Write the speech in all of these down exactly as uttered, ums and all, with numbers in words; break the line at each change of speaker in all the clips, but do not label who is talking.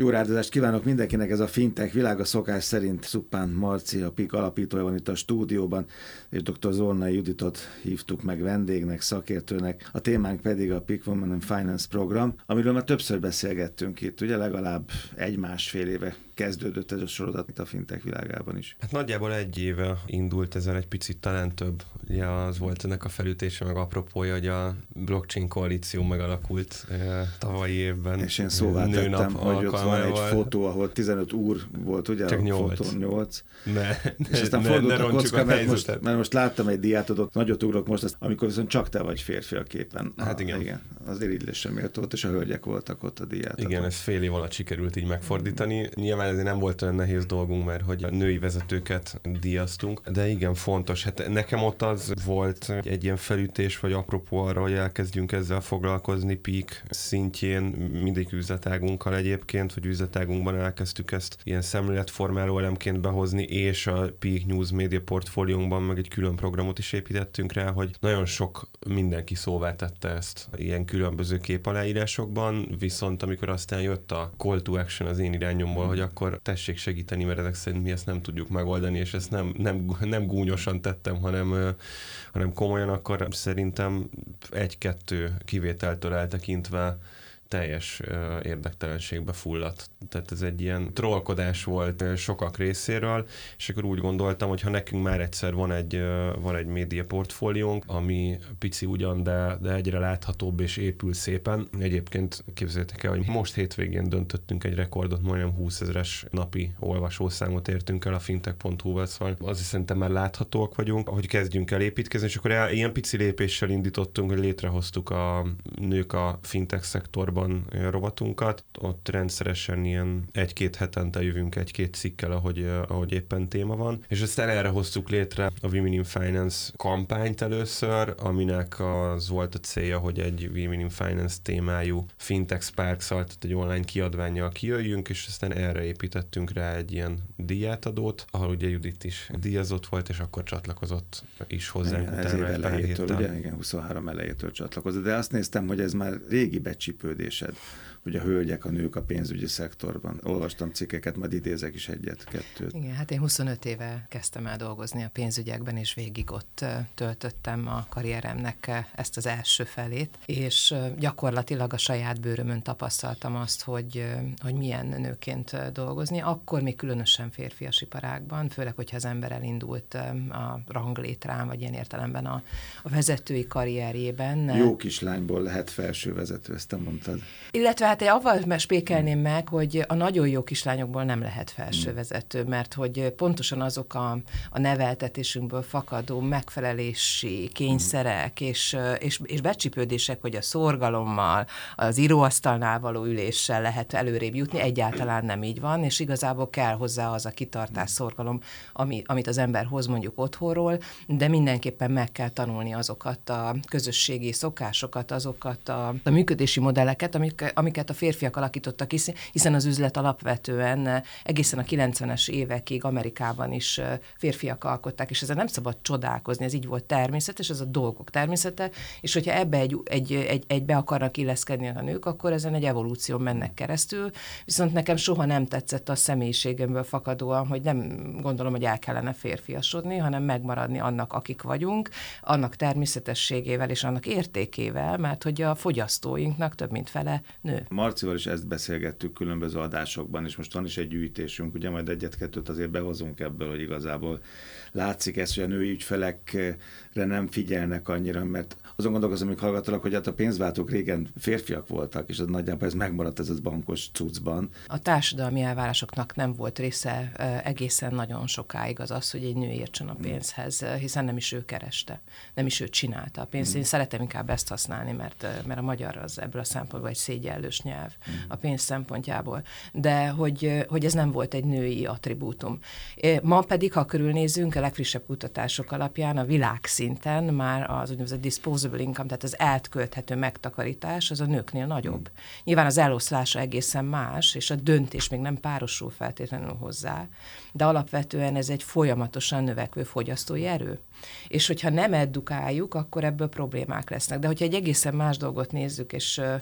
Jó rádozást kívánok mindenkinek, ez a Fintech világa szokás szerint Szuppán Marci, a pé i ká alapítója van itt a stúdióban, és dr. Zolnai Juditot hívtuk meg vendégnek, szakértőnek. A témánk pedig a Peak Women in Finance program, amiről már többször beszélgettünk itt, ugye legalább egy-másfél éve kezdődött ez a sorozat itt a fintech világában is.
Hát nagyjából egy éve indult ezen, egy picit talán több. Ugye az volt ennek a felütése, meg apropója, hogy a blockchain koalíció megalakult e, tavalyi évben.
És én szóvá tettem, hogy ott van egy fotó, ahol tizenöt úr volt, ugye?
Csak
a
nyolc.
Fotón nyolc.
Ne,
és aztán
ne,
fordult
ne
a kocka,
a
mert, most, mert most láttam egy diát, ott nagyot ugrok most, azt, amikor viszont csak te vagy férfi a képen.
Hát igen.
Ah, igen. Az irigylésre méltó volt, és a hölgyek voltak ott a diát.
Igen, ez fél év alatt sikerült így megfordítani. Nyilván ezért nem volt olyan nehéz dolgunk, mert hogy a női vezetőket díjaztunk, de igen, fontos. Hát nekem ott az volt egy ilyen felütés, vagy apropó arra, hogy elkezdjünk ezzel foglalkozni pé i ká szintjén, mindig üzletágunkkal egyébként, hogy üzletágunkban elkezdtük ezt ilyen szemléletformáló elemként behozni, és a pé i ká News Media portfóliónkban meg egy külön programot is építettünk rá, hogy nagyon sok mindenki szóvá tette ezt ilyen különböző képaláírásokban, viszont amikor aztán jött a call to action az én irányomból, hogy akkor tessék segíteni, mert ezek szerint mi ezt nem tudjuk megoldani, és ezt nem, nem, nem gúnyosan tettem, hanem, hanem komolyan, akkor szerintem egy-kettő kivételtől eltekintve teljes uh, érdektelenségbe fulladt. Tehát ez egy ilyen trollkodás volt uh, sokak részéről, és akkor úgy gondoltam, hogy ha nekünk már egyszer van egy, uh, van egy média portfóliónk, ami pici ugyan, de, de egyre láthatóbb és épül szépen. Egyébként képzeljétek el, hogy most hétvégén döntöttünk egy rekordot, majdnem húszezres napi olvasószámot értünk el a fintech pont hu-val, szóval azért szerintem már láthatóak vagyunk, hogy kezdjünk el építkezni, és akkor el, ilyen pici lépéssel indítottunk, hogy létrehoztuk a nők a fintech szektorban rovatunkat. Ott rendszeresen ilyen egy-két hetente jövünk egy-két cikkel, ahogy, ahogy éppen téma van. És aztán erre hoztuk létre a Women in Finance kampányt először, aminek az volt a célja, hogy egy Women in Finance témájú Fintech Sparks-al, tehát egy online kiadvánnyal kijöjjünk, és aztán erre építettünk rá egy ilyen díjátadót, ahol ugye Judit is díjazott volt, és akkor csatlakozott is hozzánk.
Igen, ez év elejétől, ugye? Igen, huszonhárom elejétől csatlakozott. De azt néztem, hogy ez már régi becsípődés, hogy a hölgyek, a nők a pénzügyi szektorban. Olvastam cikkeket, majd idézek is egyet, kettőt.
Igen, hát én huszonöt éve kezdtem el dolgozni a pénzügyekben, és végig ott töltöttem a karrieremnek ezt az első felét, és gyakorlatilag a saját bőrömön tapasztaltam azt, hogy, hogy milyen nőként dolgozni. Akkor még különösen férfias iparágban, főleg, hogyha az ember elindult a ranglétrán, vagy ilyen értelemben a, a vezetői karrierjében.
Jó kislányból lehet felső vezető, ezt te mondtad.
Illetve hát én avval spékelném meg, hogy a nagyon jó kislányokból nem lehet felsővezető, mert hogy pontosan azok a, a neveltetésünkből fakadó megfelelési kényszerek és, és, és becsípődések, hogy a szorgalommal, az íróasztalnál való üléssel lehet előrébb jutni, egyáltalán nem így van, és igazából kell hozzá az a kitartás, szorgalom, ami, amit az ember hoz mondjuk otthonról, de mindenképpen meg kell tanulni azokat a közösségi szokásokat, azokat a, a működési modelleket, amik, amiket a férfiak alakítottak, hiszen az üzlet alapvetően egészen a kilencvenes évekig Amerikában is férfiak alkották, és ezzel nem szabad csodálkozni, ez így volt természetes, ez a dolgok természete, és hogyha ebbe egy, egy, egy, egy be akarnak illeszkedni a nők, akkor ezen egy evolúció mennek keresztül, viszont nekem soha nem tetszett a személyiségemből fakadóan, hogy nem gondolom, hogy el kellene férfiasodni, hanem megmaradni annak, akik vagyunk, annak természetességével és annak értékével, mert hogy a fogyasztóinknak több mint fele nő.
Marcival is ezt beszélgettük különböző adásokban, és most van is egy gyűjtésünk, ugye majd egyet-kettőt azért behozunk ebből, hogy igazából látszik ez, hogy a női ügyfelekre nem figyelnek annyira, mert azon gondolkozom, amíg hallgatalak, hogy hát a pénzváltók régen férfiak voltak, és az nagyjából ez megmaradt ez a bankos cuccban.
A társadalmi elvárásoknak nem volt része egészen nagyon sokáig az az, hogy egy nő értsen a pénzhez, hiszen nem is ő kereste, nem is ő csinálta a pénzt. Én szeretem inkább ezt használni, mert, mert a magyar az ebből a szempontból egy szégyellős nyelv a pénz szempontjából. De hogy, hogy ez nem volt egy női attribútum. Ma pedig, ha körülnézünk, a legfrissebb kutatások alapján a világszinten már az úgynevezett disposable disposable income, tehát az elkölthető megtakarítás, az a nőknél nagyobb. Mm. Nyilván az eloszlása egészen más, és a döntés még nem párosul feltétlenül hozzá, de alapvetően ez egy folyamatosan növekvő fogyasztói erő. És hogyha nem edukáljuk, akkor ebből problémák lesznek. De hogyha egy egészen más dolgot nézzük, és uh,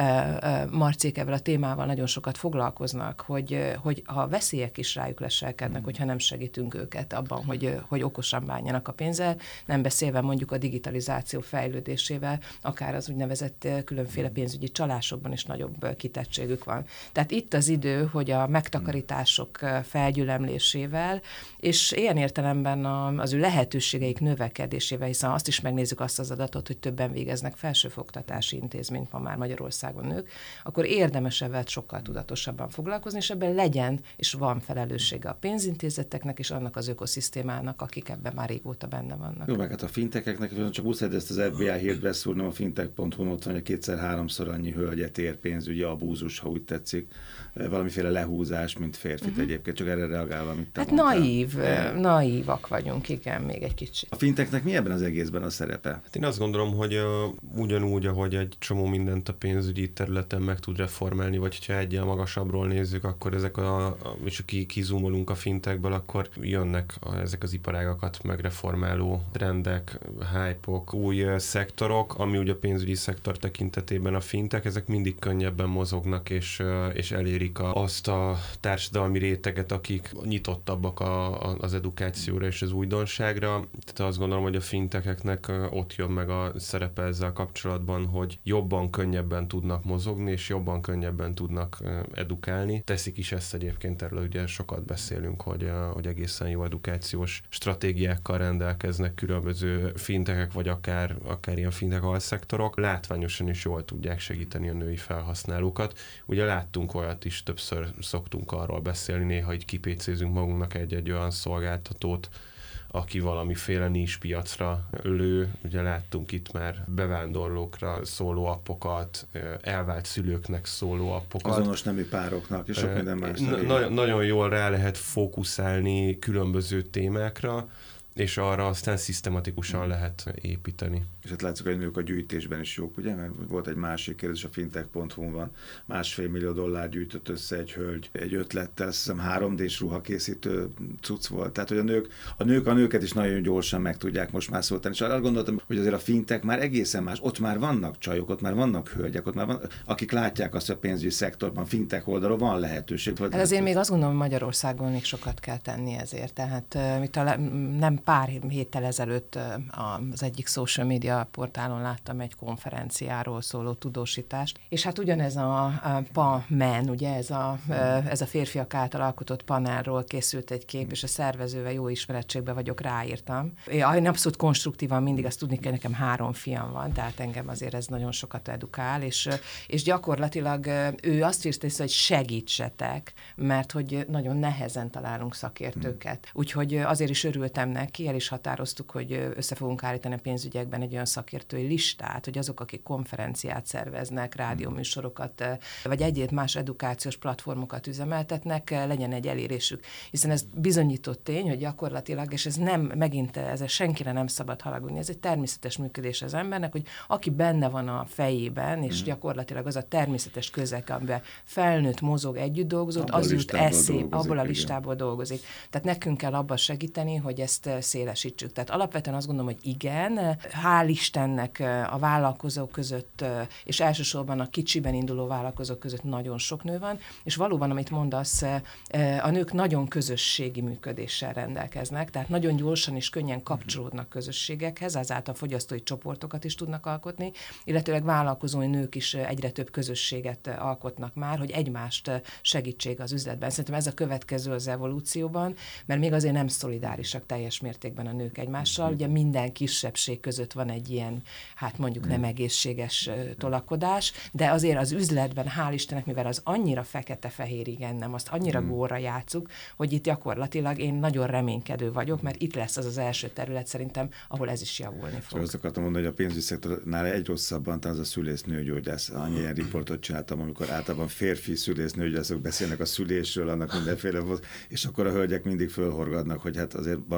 uh, Marcék ebben a témával nagyon sokat foglalkoznak, hogy, uh, hogy a veszélyek is rájuk leselkednek, mm. hogyha nem segítünk őket abban, hogy, uh, hogy okosan bánjanak a pénzzel, nem beszélve mondjuk a digitalizáció fejlődésével, akár az úgynevezett uh, különféle pénzügyi csalásokban is nagyobb uh, kitettségük van. Tehát itt az idő, hogy a megtakarítások uh, felgyülemlésével, és ilyen értelemben a, az ő lehetőségeik növekedésével, hiszen azt is megnézzük azt az adatot, hogy többen végeznek felsőoktatási intézményt ma már Magyarországon nők, akkor érdemes ebben sokkal tudatosabban foglalkozni, és ebben legyen és van felelőssége a pénzintézeteknek és annak az ökoszisztémának, akik ebben már régóta benne vannak.
Jó, meg hát a fintekeknek, csak muszáj ezt az ef bé i hírt beszúrnom, a fintech pont hu-n ott van, hogy kétszer-háromszor annyi hölgyet ér pénzügyi abúzus, ha úgy tetszik, valamiféle lehúzás, mint férfit uh-huh. egyébként, csak erre reagálva, amit te
Hát
mondtál.
naív, e... naívak vagyunk, igen, még egy kicsit.
A finteknek mi ebben az egészben a szerepe?
Hát én azt gondolom, hogy uh, ugyanúgy, ahogy egy csomó mindent a pénzügyi területen meg tud reformálni, vagy ha egyen magasabbról nézzük, akkor ezek a, a és ki, kizumolunk a fintekből, akkor jönnek a, ezek az iparágakat megreformáló trendek, hype-ok, új uh, szektorok, ami ugye a pénzügyi szektor tekintetében a fintek, ezek mindig könnyebben mozognak, és, uh, és elérik a, azt a társadalmi réteget, akik nyitottabbak a, a, az edukációra és az újdonságra. Tehát azt gondolom, hogy a fintekeknek ott jön meg a szerepe ezzel kapcsolatban, hogy jobban, könnyebben tudnak mozogni, és jobban, könnyebben tudnak edukálni. Teszik is ezt egyébként, erről ugye sokat beszélünk, hogy, hogy egészen jó edukációs stratégiákkal rendelkeznek különböző fintekek, vagy akár, akár ilyen fintek alszektorok. Látványosan is jól tudják segíteni a női felhasználókat. Ugye láttunk olyat is, többször szoktunk arról beszélni, néha így kipécézünk magunknak egy-egy olyan szolgáltatót, aki valamiféle nis piacra lő. Ugye láttunk itt már bevándorlókra szóló appokat, elvált szülőknek szóló appokat.
Azonos nemű pároknak, és sok minden más.
Na- nagyon jól rá lehet fókuszálni különböző témákra, és arra aztán szisztematikusan lehet építeni.
És hát látszik, hogy nők a gyűjtésben is jók, ugye? Mert volt egy másik kérdés, a fintech pont hu-n van. Másfél millió dollár gyűjtött össze egy hölgy egy ötlettel, azt hiszem három dés ruhakészítő cucc volt. Tehát, hogy a nők, a nők a nőket is nagyon gyorsan meg tudják most már szóltani. És azt gondoltam, hogy azért a fintech már egészen más. Ott már vannak csajok, ott már vannak hölgyek, ott már van, akik látják azt, hogy a pénzügyi szektorban, fintech oldalon van lehetőség.
Hát azért még azt gondolom, hogy Magyarországon még sokat kell tenni ezért. Tehát mit a, nem pár héttel ezelőtt az egyik social media portálon láttam egy konferenciáról szóló tudósítást, és hát ugyanez a, a pé á men, ugye ez a, ez a férfiak által alkotott panelról készült egy kép, és a szervezővel jó ismerettségben vagyok, ráírtam. Én abszolút konstruktívan mindig azt tudni kell, nekem három fiam van, tehát engem azért ez nagyon sokat edukál, és, és gyakorlatilag ő azt írta, hogy segítsetek, mert hogy nagyon nehezen találunk szakértőket. Úgyhogy azért is örültem neki, el is határoztuk, hogy össze fogunk állítani a pénzügyekben egy olyan szakértői listát, hogy azok, akik konferenciát szerveznek, rádióműsorokat, vagy egyéb más edukációs platformokat üzemeltetnek, legyen egy elérésük. Hiszen ez bizonyított tény, hogy gyakorlatilag, és ez nem, megint ez senkire nem szabad haragudni, ez egy természetes működés az embernek, hogy aki benne van a fejében, és gyakorlatilag az a természetes közeg, amiben felnőtt, mozog, együtt dolgozott, abból az jut eszébe, abból a listából igen. dolgozik. Tehát nekünk kell abban segíteni, hogy ezt szélesítsük. Tehát alapvetően azt gondolom, hogy igen, hál' Istennek a vállalkozók között, és elsősorban a kicsiben induló vállalkozók között nagyon sok nő van, és valóban, amit mondasz, a nők nagyon közösségi működéssel rendelkeznek, tehát nagyon gyorsan és könnyen kapcsolódnak közösségekhez, azáltal fogyasztói csoportokat is tudnak alkotni, illetőleg vállalkozói nők is egyre több közösséget alkotnak már, hogy egymást segítség az üzletben. Szerintem ez a következő az evolúcióban, mert még azért nem szolidárisak teljes mértékben a nők egymással. Ugye minden kisebbség között van egy ilyen, hát mondjuk nem egészséges tolakodás, de azért az üzletben, hál' Istennek, mivel az annyira fekete-fehér, igen, nem, azt annyira górra játsszuk, hogy itt gyakorlatilag én nagyon reménykedő vagyok, mert itt lesz az az első terület szerintem, ahol ez is javulni fog.
Csak azt akartam mondani, hogy a pénzügyi szektornál egy rosszabban, az a szülésznőgyógyász. Annyi ilyen riportot csináltam, amikor általában férfi szülésznőgyógyászok beszélnek a szülésről, annak mindenféle volt, és akkor a hölgyek mindig fölhorgadnak, hogy hát azért valami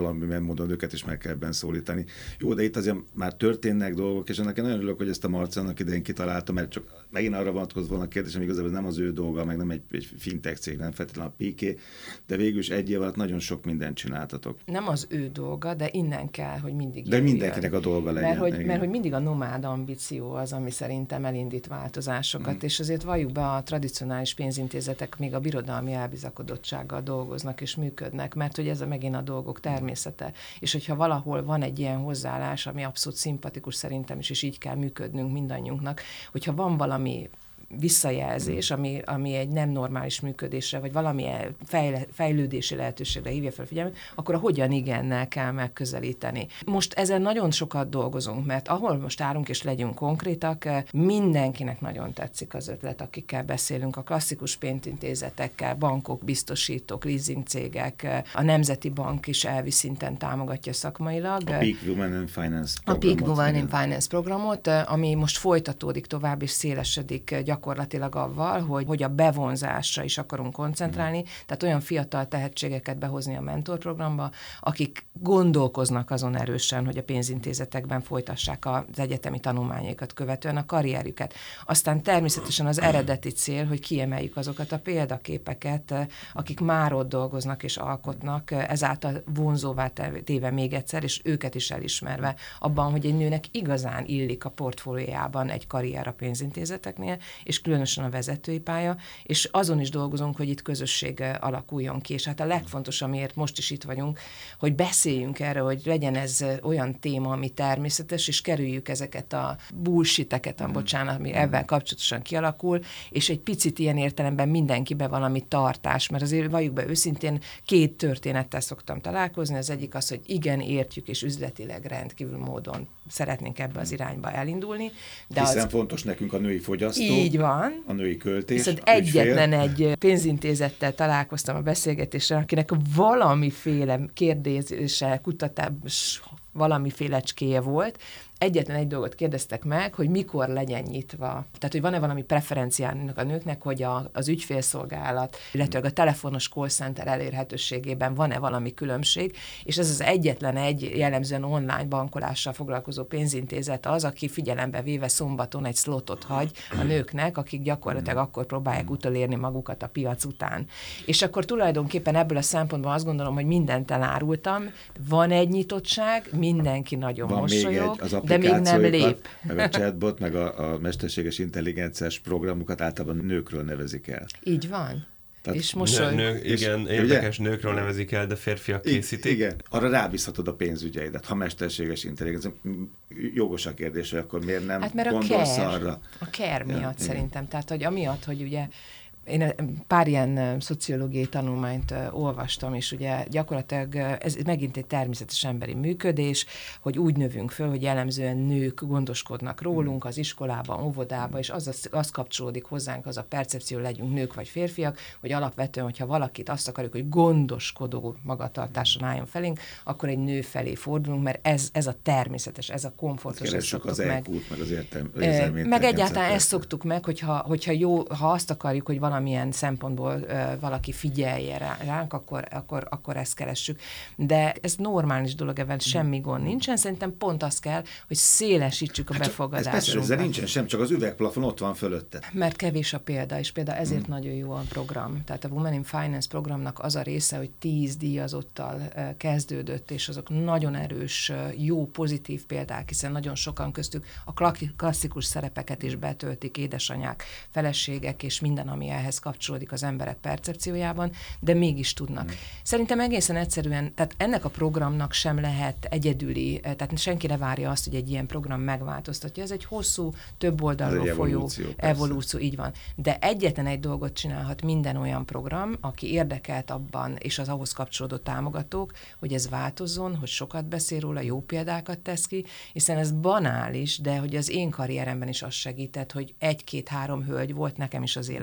valamilyen módon őket is meg kell ebben szólítani. Jó, de itt azért már történnek dolgok, és ennek én nagyon örülök, hogy ezt a Marci annak idején kitalálta, mert csak megint arra vonatkozva volna a kérdésem, igazából ez nem az ő dolga, meg nem egy, egy fintech cég, nem feltétlenül a Piqué, de végül is egy év alatt nagyon sok mindent csináltatok.
Nem az ő dolga, de innen kell, hogy mindig
De mindenkinek a dolga legyen.
Mert hogy, mert hogy mindig a nomád ambíció az, ami szerintem elindít változásokat, mm. és azért valljuk be, a tradicionális pénzintézetek még a birodalmi elbizakodottsággal dolgoznak és működnek, mert hogy ez a megint a dolgok természete. És hogyha valahol van egy ilyen hozzáállás, ami abszolút szimpatikus szerintem is, és így kell működnünk mindannyiunknak, hogyha van valami visszajelzés, ami, ami egy nem normális működésre, vagy valami fejle, fejlődési lehetőségre hívja fel a figyelmet, akkor a hogyan igennel kell megközelíteni. Most ezen nagyon sokat dolgozunk, mert ahol most állunk és legyünk konkrétak, mindenkinek nagyon tetszik az ötlet, akikkel beszélünk, a klasszikus pénzintézetekkel, bankok, biztosítók, leasing cégek, a Nemzeti Bank is elvi szinten támogatja szakmailag.
A Peak Women in Finance
programot. A Peak Women in Finance programot, ami most folytatódik tovább és szélesedik gyakorlatilag gyakorlatilag avval, hogy, hogy a bevonzásra is akarunk koncentrálni, mm. tehát olyan fiatal tehetségeket behozni a mentorprogramba, akik gondolkoznak azon erősen, hogy a pénzintézetekben folytassák az egyetemi tanulmányaikat követően a karrierjüket. Aztán természetesen az eredeti cél, hogy kiemeljük azokat a példaképeket, akik már ott dolgoznak és alkotnak, ezáltal vonzóvá téve még egyszer, és őket is elismerve abban, hogy egy nőnek igazán illik a portfóliójában egy karrier a pénzintézeteknél, és különösen a vezetői pálya, és azon is dolgozunk, hogy itt közösség alakuljon ki, és hát a legfontosabb, amiért most is itt vagyunk, hogy beszéljünk erről, hogy legyen ez olyan téma, ami természetes, és kerüljük ezeket a bullshiteket, a bocsánat, ami ebben kapcsolatosan kialakul, és egy picit ilyen értelemben mindenkibe valami tartás, mert azért valljuk be őszintén, két történettel szoktam találkozni, az egyik az, hogy igen, értjük, és üzletileg rendkívül módon szeretnénk ebbe az irányba elindulni. De
Hiszen
az...
fontos nekünk a női fogyasztó,
így van.
a női költés.
Viszont egyetlen egy pénzintézettel találkoztam a beszélgetésen, akinek valamiféle kérdése, kutatás, valamifélecskéje volt. Egyetlen egy dolgot kérdeztek meg, hogy mikor legyen nyitva. Tehát, hogy van-e valami preferenciának a nőknek, hogy a, az ügyfélszolgálat, illetve a telefonos call center elérhetőségében van-e valami különbség, és ez az egyetlen egy jellemzően online bankolással foglalkozó pénzintézet az, aki figyelembe véve szombaton egy slotot hagy a nőknek, akik gyakorlatilag akkor próbálják utolérni magukat a piac után. És akkor tulajdonképpen ebből a szempontból azt gondolom, hogy mindent elárultam, van egy nyitottság, mindenki nagyon
van
mosolyog,
még egy,
de még nem lép.
Meg a chatbot, meg a, a mesterséges intelligenciás programokat általában nőkről nevezik el.
Így van.
Tehát
és mosoly...
nő, nő, igen, és, érdekes, ugye? Nőkről nevezik el, de férfiak készítik.
Igen, arra rábízhatod a pénzügyeidet, ha mesterséges intelligencia. Jogos a kérdés, hogy akkor miért nem hát, gondolsz
care,
arra?
A care miatt ja, szerintem. Tehát, hogy amiatt, hogy ugye én pár ilyen szociológiai tanulmányt uh, olvastam, és ugye gyakorlatilag uh, ez megint egy természetes emberi működés, hogy úgy növünk föl, hogy jellemzően nők gondoskodnak rólunk az iskolában, óvodában, és az, az, az kapcsolódik hozzánk, az a percepció, legyünk nők vagy férfiak, hogy alapvetően, hogyha valakit azt akarjuk, hogy gondoskodó magatartáson álljon felénk, akkor egy nő felé fordulunk, mert ez, ez a természetes, ez a komfortos.
Keressük az elkút, meg az értelmi.
Uh, meg egyáltalán ezt szoktuk meg, hogyha, hogyha jó, ha azt akarjuk, hogy valamilyen szempontból uh, valaki figyelje rá, ránk, akkor, akkor, akkor ezt keressük. De ez normális dolog, ebben semmi gond nincsen. Szerintem pont az kell, hogy szélesítsük a hát befogadásunkat. Ez
persze, ezzel nincsen sem, csak az üvegplafon ott van fölötte.
Mert kevés a példa, és például ezért hmm. nagyon jó a program. Tehát a Women in Finance programnak az a része, hogy tíz díjazottal uh, kezdődött, és azok nagyon erős, uh, jó, pozitív példák, hiszen nagyon sokan köztük a klasszikus szerepeket is betöltik, édesanyák, feleségek, és minden, ami ehhez kapcsolódik az emberek percepciójában, de mégis tudnak. Hmm. Szerintem egészen egyszerűen, tehát ennek a programnak sem lehet egyedüli, tehát senki ne várja azt, hogy egy ilyen program megváltoztatja. Ez egy hosszú, több oldalról folyó evolúció, evolúció, így van. De egyetlen egy dolgot csinálhat minden olyan program, aki érdekelt abban, és az ahhoz kapcsolódó támogatók, hogy ez változzon, hogy sokat beszél róla, jó példákat tesz ki, hiszen ez banális, de hogy az én karrieremben is az segített, hogy egy-két-három hölgy volt nekem is az életemben,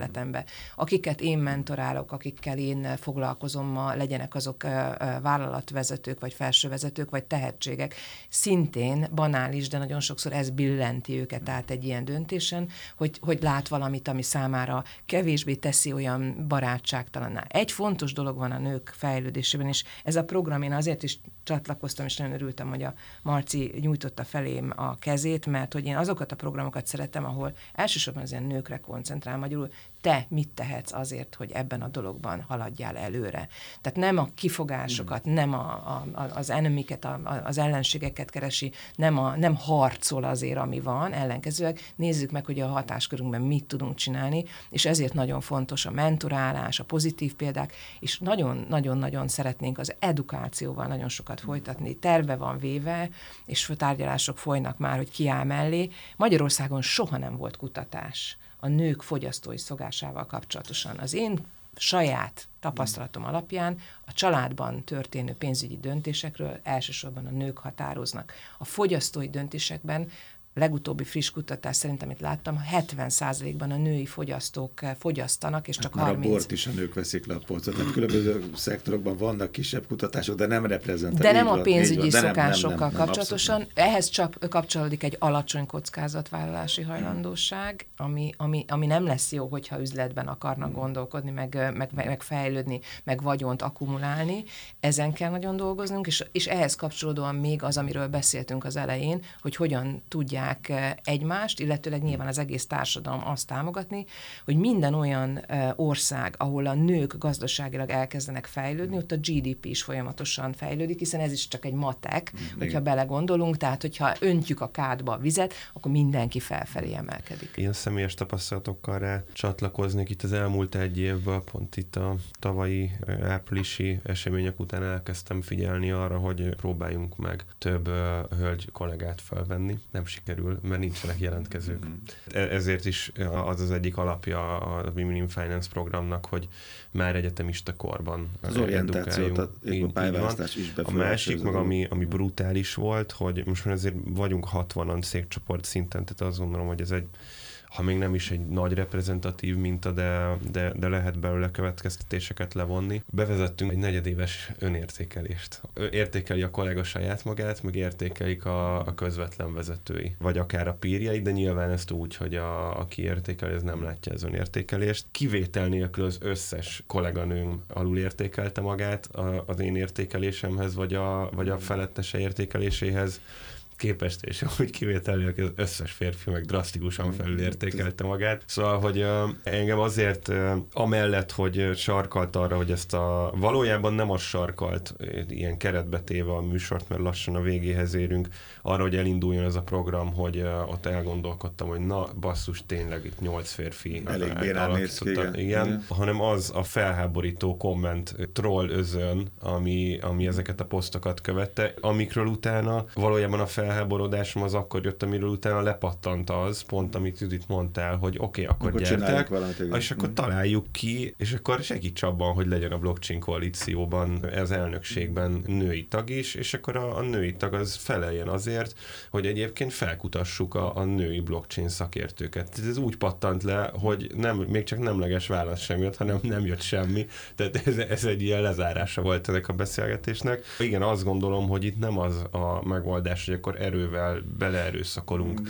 akiket én mentorálok, akikkel én foglalkozom ma, legyenek azok vállalatvezetők, vagy felsővezetők, vagy tehetségek, szintén banális, de nagyon sokszor ez billenti őket át egy ilyen döntésen, hogy, hogy lát valamit, ami számára kevésbé teszi olyan barátságtalanná. Egy fontos dolog van a nők fejlődésében, és ez a program, én azért is csatlakoztam, és nagyon örültem, hogy a Marci nyújtotta felém a kezét, mert hogy én azokat a programokat szeretem, ahol elsősorban az ilyen nőkre koncentrál, magyarul te mit tehetsz azért, hogy ebben a dologban haladjál előre. Tehát nem a kifogásokat, nem a, a, az enemiket, a, az ellenségeket keresi, nem, a, nem harcol azért, ami van, ellenkezőleg nézzük meg, hogy a hatáskörünkben mit tudunk csinálni, és ezért nagyon fontos a mentorálás, a pozitív példák, és nagyon-nagyon-nagyon szeretnénk az edukációval nagyon sokat folytatni. Terve van véve, és tárgyalások folynak már, hogy ki áll mellé. Magyarországon soha nem volt kutatás a nők fogyasztói szokásával kapcsolatosan. Az én saját tapasztalatom alapján a családban történő pénzügyi döntésekről elsősorban a nők határoznak. A fogyasztói döntésekben legutóbbi friss kutatás szerint, amit láttam, hetven százalékban a női fogyasztók fogyasztanak, és csak
hát
harminc...
a bort is a nők veszik le a polcot. Tehát különböző szektorokban vannak kisebb kutatások, de nem reprezentatív.
De nem a
van,
pénzügyi
van,
szokásokkal
nem, nem, nem,
kapcsolatosan.
abszolút.
Ehhez csak kapcsolódik egy alacsony kockázatvállalási hajlandóság, ami, ami, ami nem lesz jó, hogyha üzletben akarnak gondolkodni, meg, meg, meg fejlődni, meg vagyont akkumulálni. Ezen kell nagyon dolgoznunk, és, és ehhez kapcsolódóan még az, amiről beszéltünk az elején, hogy hogyan tudják egymást, illetőleg nyilván az egész társadalom azt támogatni, hogy minden olyan ország, ahol a nők gazdaságilag elkezdenek fejlődni, ott a gé dé pé is folyamatosan fejlődik, hiszen ez is csak egy matek, igen. hogyha belegondolunk, tehát hogyha öntjük a kádba a vizet, akkor mindenki felfelé emelkedik.
Ilyen személyes tapasztalatokkal rá csatlakoznék itt az elmúlt egy évben, pont itt a tavalyi áprilisi események után elkezdtem figyelni arra, hogy próbáljunk meg több uh, hölgy kollégát felvenni. Nem sikerül, mert nincsenek jelentkezők. Mm-hmm. Ezért is az az egyik alapja a Women in Finance programnak, hogy már egyetemista korban
az orientációt, a pályaválasztás is
A másik, meg ami, ami brutális volt, hogy most már azért vagyunk hatvanan székcsoport szinten, tehát azt gondolom, hogy ez egy, ha még nem is egy nagy reprezentatív minta, de, de, de lehet belőle következtetéseket levonni. Bevezettünk egy negyedéves önértékelést. Értékeli a kollega saját magát, meg értékelik a, a közvetlen vezetői, vagy akár a pírjai, de nyilván ezt úgy, hogy a, aki értékeli, ez nem látja az önértékelést. Kivétel nélkül az összes kolléganőm alul értékelte magát az én értékelésemhez, vagy a, vagy a felettese értékeléséhez képest, és úgy kivételőleg az összes férfi meg drasztikusan felülértékelte magát. Szóval, hogy uh, engem azért uh, amellett, hogy sarkalt arra, hogy ezt a valójában nem az sarkalt, ilyen keretbe téve a műsort, mert lassan a végéhez érünk, arra, hogy elinduljon ez a program, hogy uh, ott elgondolkodtam, hogy na, basszus, tényleg itt nyolc férfi.
Elég bérán néz ki, igen.
igen. igen. Hanem az a felháborító komment troll özön, ami, ami ezeket a posztokat követte, amikről utána valójában a fel felháborodásom az akkor jött, amiről utána lepattant az, pont amit Judit mondtál, hogy oké, okay, akkor, akkor gyertek, valamit, és akkor találjuk ki, és akkor segíts abban, hogy legyen a blockchain koalícióban, az elnökségben női tag is, és akkor a, a női tag az feleljen azért, hogy egyébként felkutassuk a, a női blockchain szakértőket. Ez úgy pattant le, hogy nem, még csak nemleges válasz sem jött, hanem nem jött semmi. Tehát ez, ez egy ilyen lezárása volt ennek a beszélgetésnek. Igen, azt gondolom, hogy itt nem az a megoldás, hogy akkor erővel beleerőszakolunk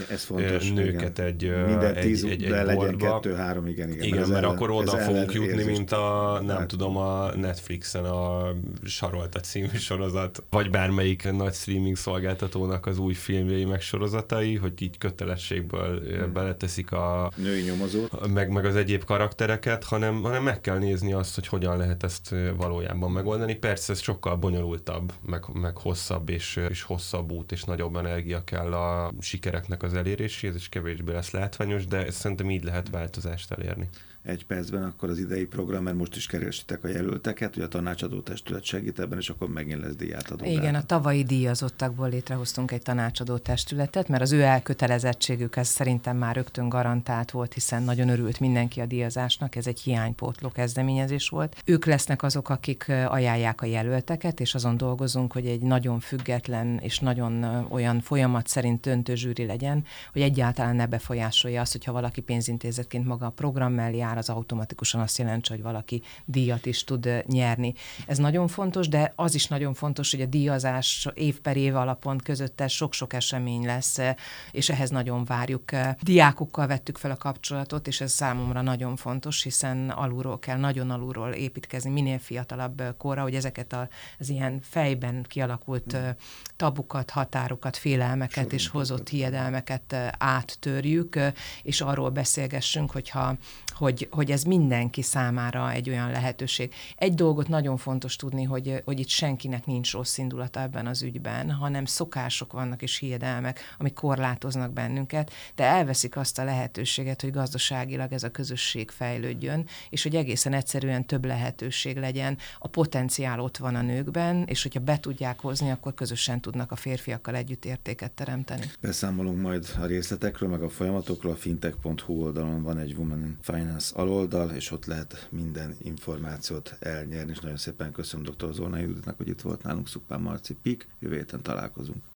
nőket igen. egy
minden
egy,
tíz
egy, egy
legyen
boltba.
kettő, három, igen, igen.
Igen, mert, mert ellen, akkor oda fogunk jutni,
érzés.
mint a, nem hát. tudom, a Netflixen a Sarolta című sorozat, vagy bármelyik nagy streaming szolgáltatónak az új filmjei meg sorozatai, hogy így kötelességből hmm. beleteszik a
női nyomozót,
meg, meg az egyéb karaktereket, hanem, hanem meg kell nézni azt, hogy hogyan lehet ezt valójában megoldani. Persze ez sokkal bonyolultabb, meg, meg hosszabb és, és hosszabb út, és nagyobb energia kell a sikereknek az eléréséhez, és kevésbé lesz látványos, de szerintem így lehet változást elérni.
Egy percben akkor az idei program, mert most is keresitek a jelölteket, hogy a tanácsadó testület segít ebben, és akkor megint lesz díjátadó.
Igen, a tavalyi díjazottakból létrehoztunk egy tanácsadó testületet, mert az ő elkötelezettségük ez szerintem már rögtön garantált volt, hiszen nagyon örült mindenki a díjazásnak, ez egy hiánypótló kezdeményezés volt. Ők lesznek azok, akik ajánlják a jelölteket, és azon dolgozunk, hogy egy nagyon független és nagyon olyan folyamat szerint döntő zsűri legyen, hogy egyáltalán ne befolyásolja azt, hogyha valaki pénzintézetként maga a program mellé áll, már az automatikusan azt jelenti, hogy valaki díjat is tud nyerni. Ez nagyon fontos, de az is nagyon fontos, hogy a díjazás év per év alapon közöttes sok-sok esemény lesz, és ehhez nagyon várjuk. Diákokkal vettük fel a kapcsolatot, és ez számomra nagyon fontos, hiszen alulról kell, nagyon alulról építkezni, minél fiatalabb korra, hogy ezeket az ilyen fejben kialakult tabukat, határokat, félelmeket és hozott hiedelmeket áttörjük, és arról beszélgessünk, hogyha, hogy, hogy ez mindenki számára egy olyan lehetőség. Egy dolgot nagyon fontos tudni, hogy, hogy itt senkinek nincs rossz indulata ebben az ügyben, hanem szokások vannak és hiedelmek, amik korlátoznak bennünket, de elveszik azt a lehetőséget, hogy gazdaságilag ez a közösség fejlődjön, és hogy egészen egyszerűen több lehetőség legyen. A potenciál ott van a nőkben, és hogyha be tudják hozni, akkor közösen tudnak a férfiakkal együtt értéket teremteni.
Beszámolunk majd a részletekről, meg a folyamatokról. A fintech pont hu oldalon van egy Women in Finance aloldal, és ott lehet minden információt elnyerni, és nagyon szépen köszönöm dr. Zolnai Juditnak, hogy itt volt nálunk. Suppán Marci, pé i ká. Jövő héten találkozunk.